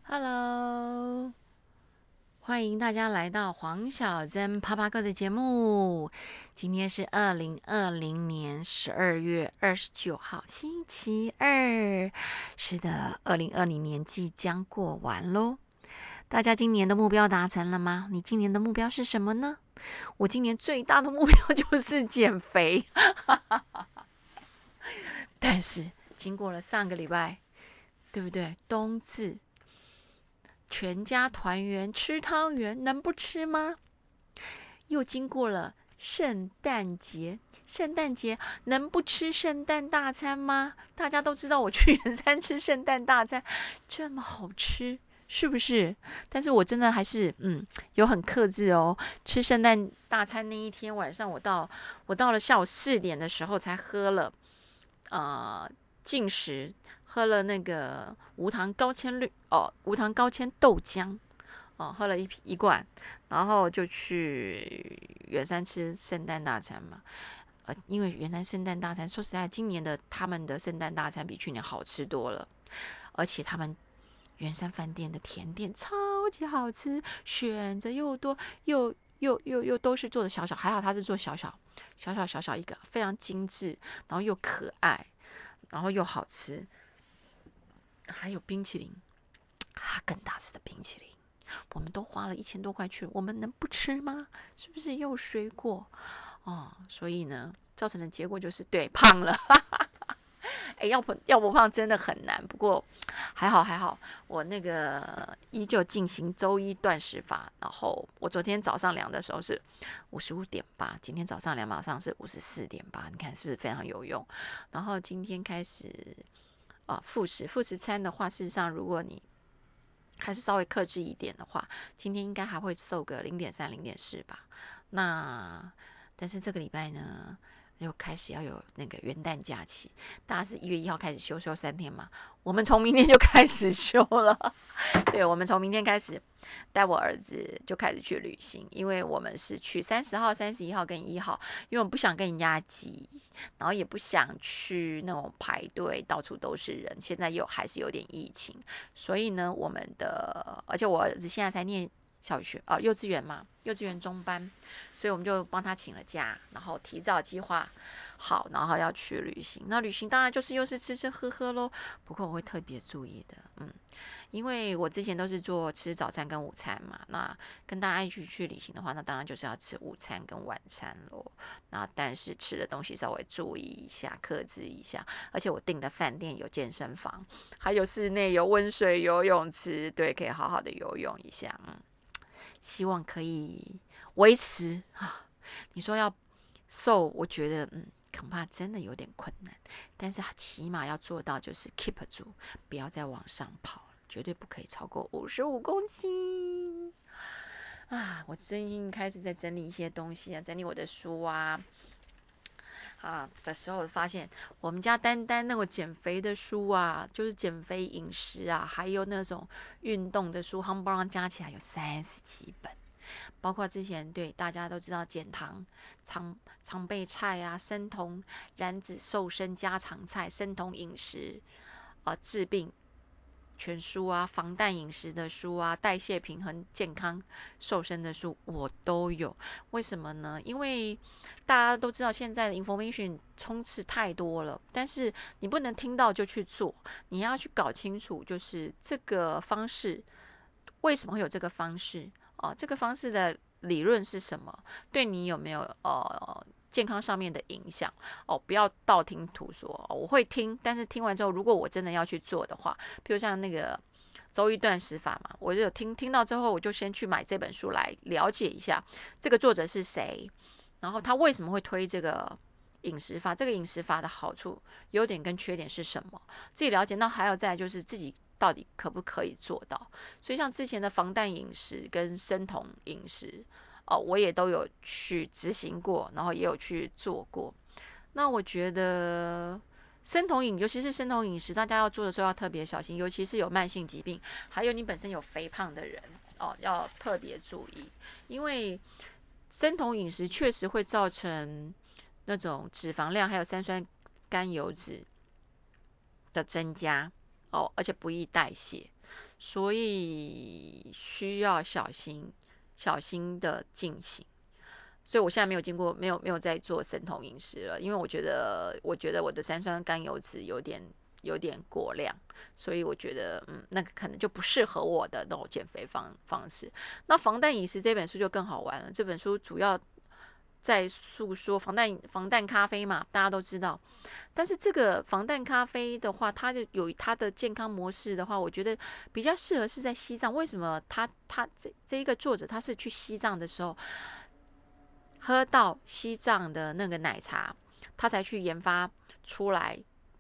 Hello，欢迎大家来到黄小珍啪啪哥的节目。今天是2020年12月29号，星期二。是的，2020年即将过完喽。大家今年的目标达成了吗？你今年的目标是什么呢？我今年最大的目标就是减肥，但是经过了上个礼拜，对不对？冬至。全家团圆吃汤圆，能不吃吗？又经过了圣诞节，圣诞节能不吃圣诞大餐吗？大家都知道我去圆山吃圣诞大餐，这么好吃，是不是？但是我真的还是有很克制哦。吃圣诞大餐那一天晚上，我到了下午4点的时候才喝了进食，喝了那个无糖高纤豆浆喝了一罐，然后就去圆山吃圣诞大餐嘛。因为圆山圣诞大餐，说实在，今年的他们的圣诞大餐比去年好吃多了，而且他们圆山饭店的甜点超级好吃，选择又多又都是做的小小，还好他是做小小一个，非常精致，然后又可爱，然后又好吃，还有冰淇淋，哈根达斯的冰淇淋。我们都花了1000多块去，我们能不吃吗？是不是又水果所以呢，造成的结果就是对胖了。哎，要不胖真的很难。不过还好，我那个依旧进行周一断食法。然后我昨天早上量的时候是55.8，今天早上量马上是54.8，你看是不是非常有用？然后今天开始复食餐的话，事实上如果你还是稍微克制一点的话，今天应该还会瘦个0.3、0.4吧。但是这个礼拜呢，又开始要有那个元旦假期，大家是1月1号开始休3天嘛，我们从明天就开始休了。对，我们从明天开始带我儿子就开始去旅行，因为我们是去30号、31号跟1号，因为我们不想跟人家挤，然后也不想去那种排队到处都是人，现在还是有点疫情，所以呢，而且我儿子现在才念幼稚园嘛，幼稚园中班，所以我们就帮他请了假，然后提早计划好，然后要去旅行。那旅行当然就是又是吃吃喝喝咯，不过我会特别注意的，因为我之前都是做吃早餐跟午餐嘛，那跟大家一起去旅行的话，那当然就是要吃午餐跟晚餐咯。那但是吃的东西稍微注意一下，克制一下。而且我订的饭店有健身房，还有室内有温水游泳池，对，可以好好的游泳一下。希望可以维持你说要瘦，我觉得恐怕真的有点困难，但是起码要做到就是 keep 住，不要再往上跑了，绝对不可以超过55公斤我最近开始在整理一些东西整理我的书的时候，发现我们家单那种减肥的书就是减肥饮食还有那种运动的书，夯不啷加起来有30几本。包括之前对大家都知道减糖常备菜生酮燃脂瘦身家常菜、生酮饮食治病全书防弹饮食的书代谢平衡健康瘦身的书我都有。为什么呢？因为大家都知道现在的 information 充斥太多了，但是你不能听到就去做，你要去搞清楚，就是这个方式为什么会有这个方式这个方式的理论是什么？对你有没有健康上面的影响不要道听途说我会听，但是听完之后，如果我真的要去做的话，比如像那个周一断食法嘛，我就有听到之后，我就先去买这本书来了解一下这个作者是谁，然后他为什么会推这个饮食法，这个饮食法的好处、优点跟缺点是什么，自己了解。那还有再来就是自己到底可不可以做到。所以像之前的防弹饮食跟生酮饮食我也都有去执行过，然后也有去做过。那我觉得尤其是生酮饮食，大家要做的时候要特别小心，尤其是有慢性疾病，还有你本身有肥胖的人要特别注意，因为生酮饮食确实会造成那种脂肪量还有三酸甘油脂的增加而且不易代谢。 所以需要小心的进行。所以我现在没有在做生酮饮食了，因为我觉得我的三酸甘油脂有点过量，所以我觉得那个可能就不适合我的那种减肥方式。那防弹饮食这本书就更好玩了，这本书主要在诉说防弹咖啡嘛，大家都知道。但是这个防弹咖啡的话，它有它的健康模式的话，我觉得比较适合是在西藏。为什么他这一个作者他是去西藏的时候喝到西藏的那个奶茶，他才去研发出来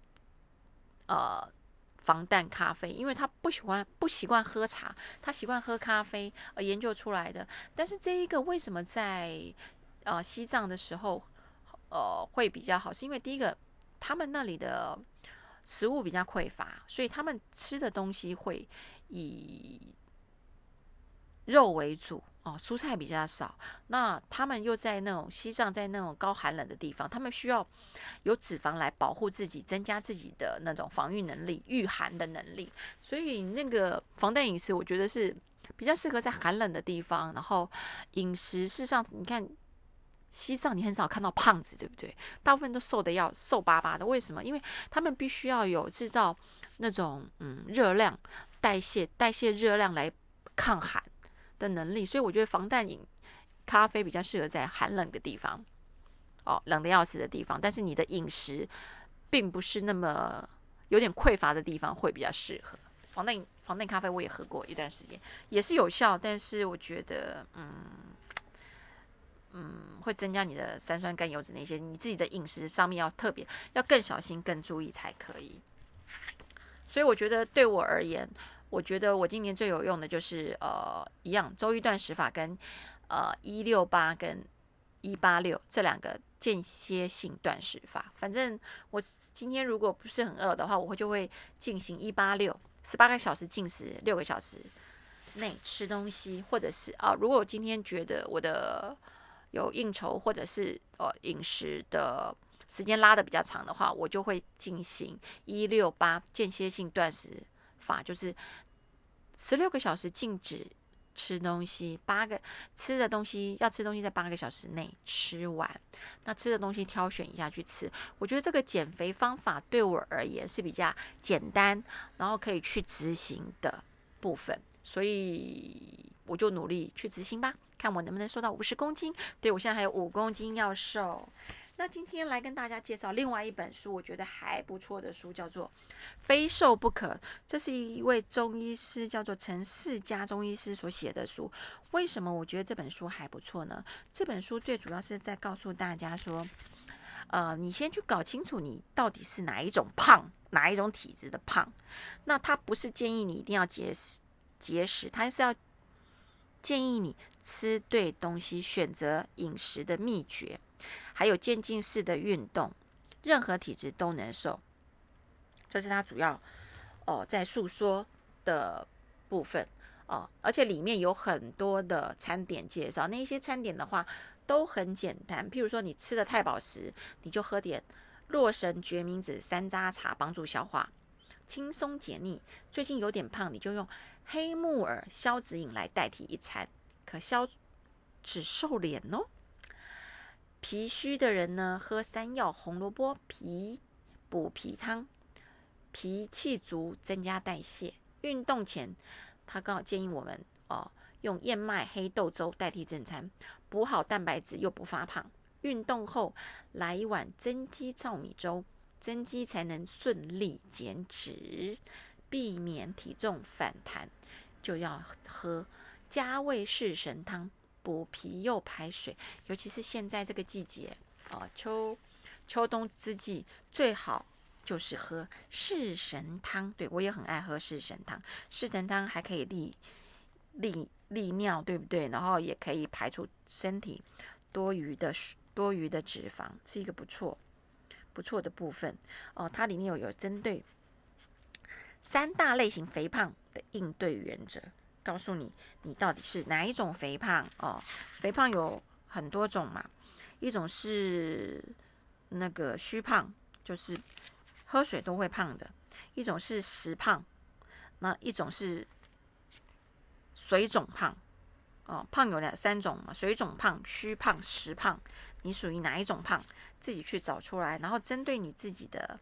防弹咖啡，因为他不习惯喝茶，他习惯喝咖啡而研究出来的。但是这一个为什么在西藏的时候会比较好，是因为第一个他们那里的食物比较匮乏，所以他们吃的东西会以肉为主蔬菜比较少。那他们又在那种西藏，在那种高寒冷的地方，他们需要有脂肪来保护自己，增加自己的那种防御能力、御寒的能力。所以那个防弹饮食，我觉得是比较适合在寒冷的地方。然后饮食，事实上你看西藏，你很少看到胖子，对不对？大部分都瘦巴巴的。为什么？因为他们必须要有制造那种热量代谢热量来抗寒的能力。所以我觉得防弹咖啡比较适合在寒冷的地方冷的要死的地方，但是你的饮食并不是那么有点匮乏的地方会比较适合。防弹咖啡我也喝过一段时间，也是有效，但是我觉得会增加你的三酸甘油脂那些，你自己的饮食上面要更小心、更注意才可以。所以我觉得对我而言，我觉得我今年最有用的就是一样周一断食法跟168跟186这两个间歇性断食法。反正我今天如果不是很饿的话，我就会进行186，18个小时进食，6个小时内吃东西，或者是如果我今天觉得我的有应酬或者是饮食的时间拉的比较长的话，我就会进行168间歇性断食法，就是16个小时禁止吃东西，要吃东西在8个小时内吃完。那吃的东西挑选一下去吃。我觉得这个减肥方法对我而言是比较简单，然后可以去执行的部分，所以我就努力去执行吧，看我能不能瘦到50公斤。对，我现在还有5公斤要瘦。那今天来跟大家介绍另外一本书，我觉得还不错的书，叫做《非瘦不可》。这是一位中医师，叫做陈世家中医师所写的书。为什么我觉得这本书还不错呢？这本书最主要是在告诉大家说，你先去搞清楚你到底是哪一种胖，哪一种体质的胖。那他不是建议你一定要节食，他是要建议你吃对东西，选择饮食的秘诀，还有渐进式的运动，任何体质都能瘦。这是他主要在诉说的部分而且里面有很多的餐点介绍，那些餐点的话都很简单。譬如说你吃了太饱时，你就喝点洛神决明子山楂茶，帮助消化，轻松解腻。最近有点胖，你就用黑木耳消脂饮来代替一餐，可消脂瘦脸哦。脾虚的人呢，喝山药红萝卜皮补脾汤，脾气足，增加代谢。运动前，他刚好建议我们用燕麦黑豆粥代替正餐，补好蛋白质又不发胖。运动后来一碗增肌糙米粥，增肌才能顺利减脂，避免体重反弹。就要喝加味式神汤，补脾又排水。尤其是现在这个季节秋冬之际，最好就是喝式神汤。对，我也很爱喝式神汤。式神汤还可以利尿，对不对？然后也可以排除身体多余的脂肪，是一个不错的部分它里面有针对3大类型肥胖的应对原则，告诉你到底是哪一种肥胖肥胖有很多种嘛，一种是那个虚胖，就是喝水都会胖的；一种是实胖， 那一种是水肿胖，胖有3种嘛，水肿胖、虚胖、实胖，你属于哪一种胖？自己去找出来，然后针对你自己的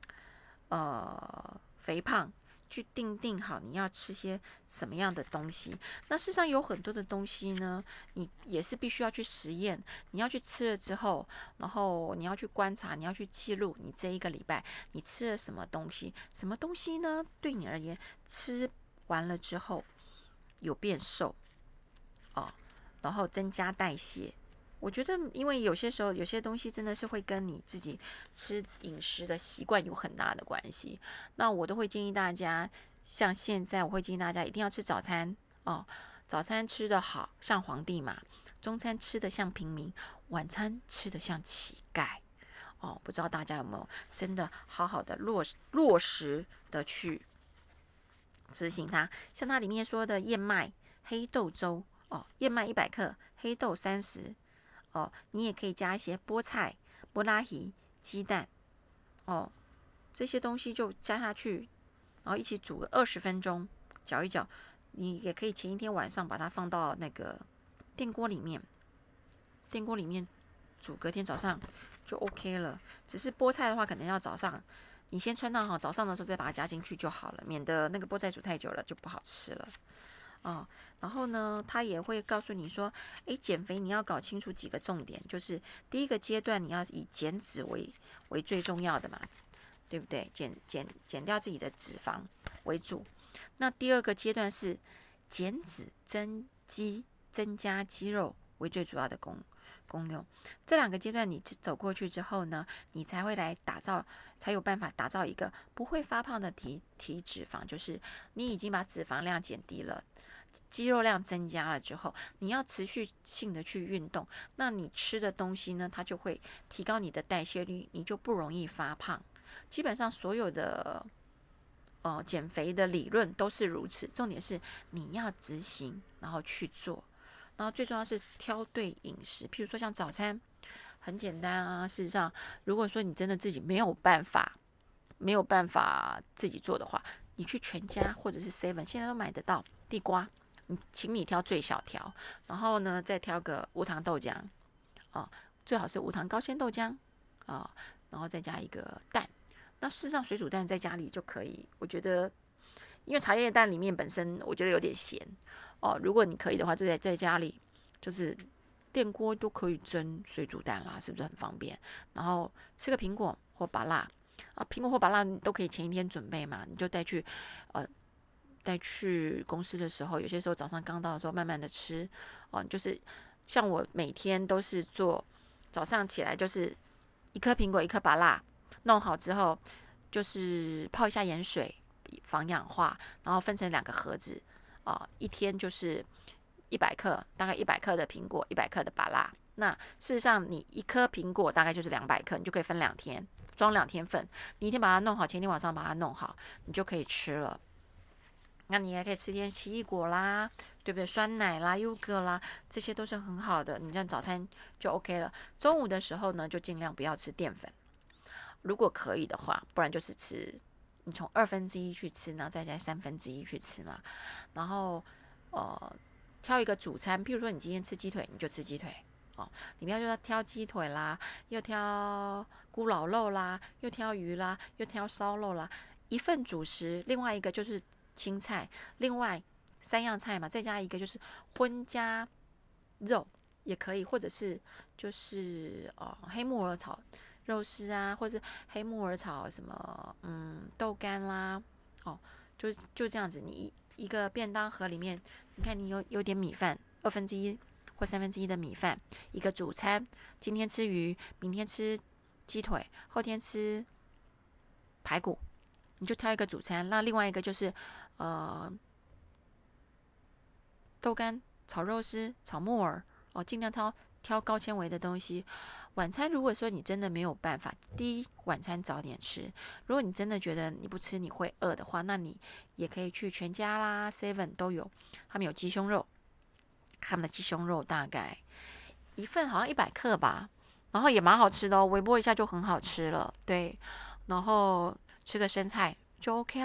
肥胖，去定好你要吃些什么样的东西。那事实上有很多的东西呢，你也是必须要去实验，你要去吃了之后，然后你要去观察，你要去记录你这一个礼拜你吃了什么东西，什么东西呢？对你而言，吃完了之后有变瘦然后增加代谢。我觉得，因为有些时候有些东西真的是会跟你自己吃饮食的习惯有很大的关系。那我都会建议大家，像现在我会建议大家一定要吃早餐早餐吃得好像皇帝嘛，中餐吃得像平民，晚餐吃得像乞丐不知道大家有没有真的好好的落实的去执行它？像它里面说的燕麦黑豆粥燕麦100克，黑豆30你也可以加一些菠菜、菠拉鱼、鸡蛋这些东西就加下去，然后一起煮个20分钟，搅一搅。你也可以前一天晚上把它放到那个电锅里面煮，隔天早上就 OK 了。只是菠菜的话，可能要早上你先穿烫好，早上的时候再把它加进去就好了，免得那个菠菜煮太久了就不好吃了。然后呢，他也会告诉你说，减肥你要搞清楚几个重点，就是第一个阶段你要以减脂为最重要的嘛，对不对？减掉自己的脂肪为主。那第二个阶段是减脂增加肌肉为最主要的功用。这2个阶段你走过去之后呢，你才会才有办法打造一个不会发胖的体脂肪，就是你已经把脂肪量减低了，肌肉量增加了之后，你要持续性的去运动，那你吃的东西呢，它就会提高你的代谢率，你就不容易发胖。基本上所有的减肥的理论都是如此，重点是你要执行，然后去做，然后最重要是挑对饮食。譬如说像早餐，很简单啊。事实上，如果说你真的自己没有办法自己做的话，你去全家或者是 Seven 现在都买得到地瓜，请你挑最小条，然后呢再挑个无糖豆浆最好是无糖高纤豆浆然后再加一个蛋。那事实上水煮蛋在家里就可以，我觉得因为茶叶蛋里面本身我觉得有点咸如果你可以的话，就在家里就是电锅都可以蒸水煮蛋啦，是不是很方便？然后吃个苹果或芭乐苹果或芭乐都可以前一天准备嘛，你就带去公司的时候，有些时候早上刚到的时候慢慢的吃就是像我每天都是做早上起来就是1颗苹果1颗芭乐弄好之后，就是泡一下盐水防氧化，然后分成2个盒子一天就是100克，大概100克的苹果，100克的芭乐。那事实上你1颗苹果大概就是200克，你就可以分2天，装2天份。你一天把它弄好，前天晚上把它弄好，你就可以吃了。那你还可以吃点奇异果啦，对不对？酸奶啦、优格啦，这些都是很好的。你这样早餐就 OK 了。中午的时候呢，就尽量不要吃淀粉。如果可以的话，不然就是你从1/2去吃，然后再加1/3去吃嘛。然后挑一个主餐，譬如说你今天吃鸡腿，你就吃鸡腿你不要就要挑鸡腿啦，又挑咕老肉啦，又挑鱼啦，又挑烧肉啦。一份主食，另外一个就是青菜，另外3样菜嘛，再加一个就是荤加肉也可以，或者是就是黑木耳炒肉丝啊，或者黑木耳炒什么豆干啦就这样子。你一个便当盒里面，你看你有点米饭1/2或1/3的米饭，一个主餐，今天吃鱼，明天吃鸡腿，后天吃排骨，你就挑一个主餐。那另外一个就是豆干炒肉丝炒木耳尽量挑高纤维的东西。晚餐如果说你真的没有办法，第一晚餐早点吃。如果你真的觉得你不吃你会饿的话，那你也可以去全家啦 Seven 都有，他们有鸡胸肉，他们的鸡胸肉大概一份好像100克吧，然后也蛮好吃的微波一下就很好吃了。对，然后吃个生菜就 OK 啦。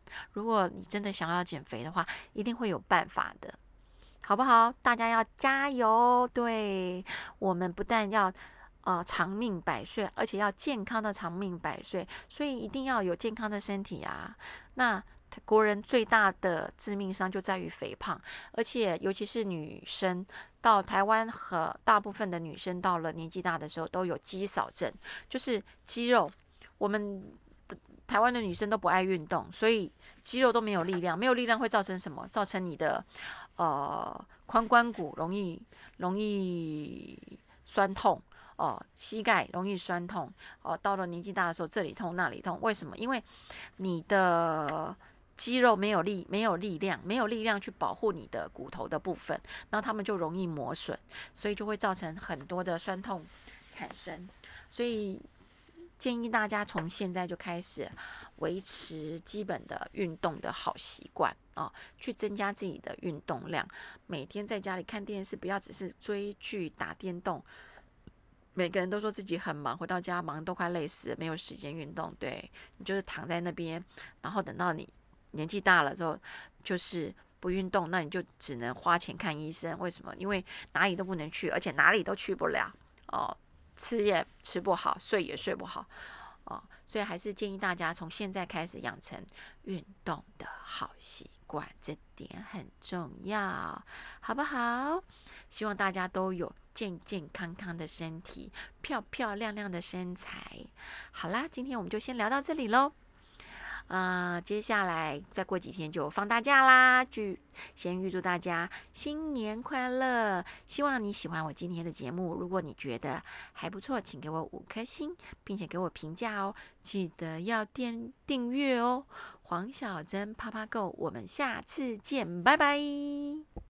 如果你真的想要减肥的话，一定会有办法的，好不好？大家要加油！对，我们不但要长命百岁，而且要健康的长命百岁，所以一定要有健康的身体啊。那国人最大的致命伤就在于肥胖，而且尤其是女生，到台湾和大部分的女生到了年纪大的时候都有肌少症，就是肌肉，我们台湾的女生都不爱运动，所以肌肉都没有力量，没有力量会造成什么？造成你的髋关骨容易酸痛。膝盖容易酸痛，到了年纪大的时候，这里痛那里痛，为什么？因为你的肌肉没有力量，没有力量去保护你的骨头的部分，然后它们就容易磨损，所以就会造成很多的酸痛产生。所以建议大家从现在就开始维持基本的运动的好习惯去增加自己的运动量。每天在家里看电视，不要只是追剧、打电动。每个人都说自己很忙，回到家忙都快累死了，没有时间运动。对，你就是躺在那边，然后等到你年纪大了之后，就是不运动，那你就只能花钱看医生。为什么？因为哪里都不能去，而且哪里都去不了吃也吃不好，睡也睡不好所以还是建议大家从现在开始养成运动的好习惯，这点很重要，好不好？希望大家都有健健康康的身体，漂漂亮亮的身材。好啦，今天我们就先聊到这里咯。接下来再过几天就放大假啦，先预祝大家新年快乐！希望你喜欢我今天的节目，如果你觉得还不错，请给我5颗星，并且给我评价哦，记得要订阅哦。黄小珍趴趴购，我们下次见，拜拜。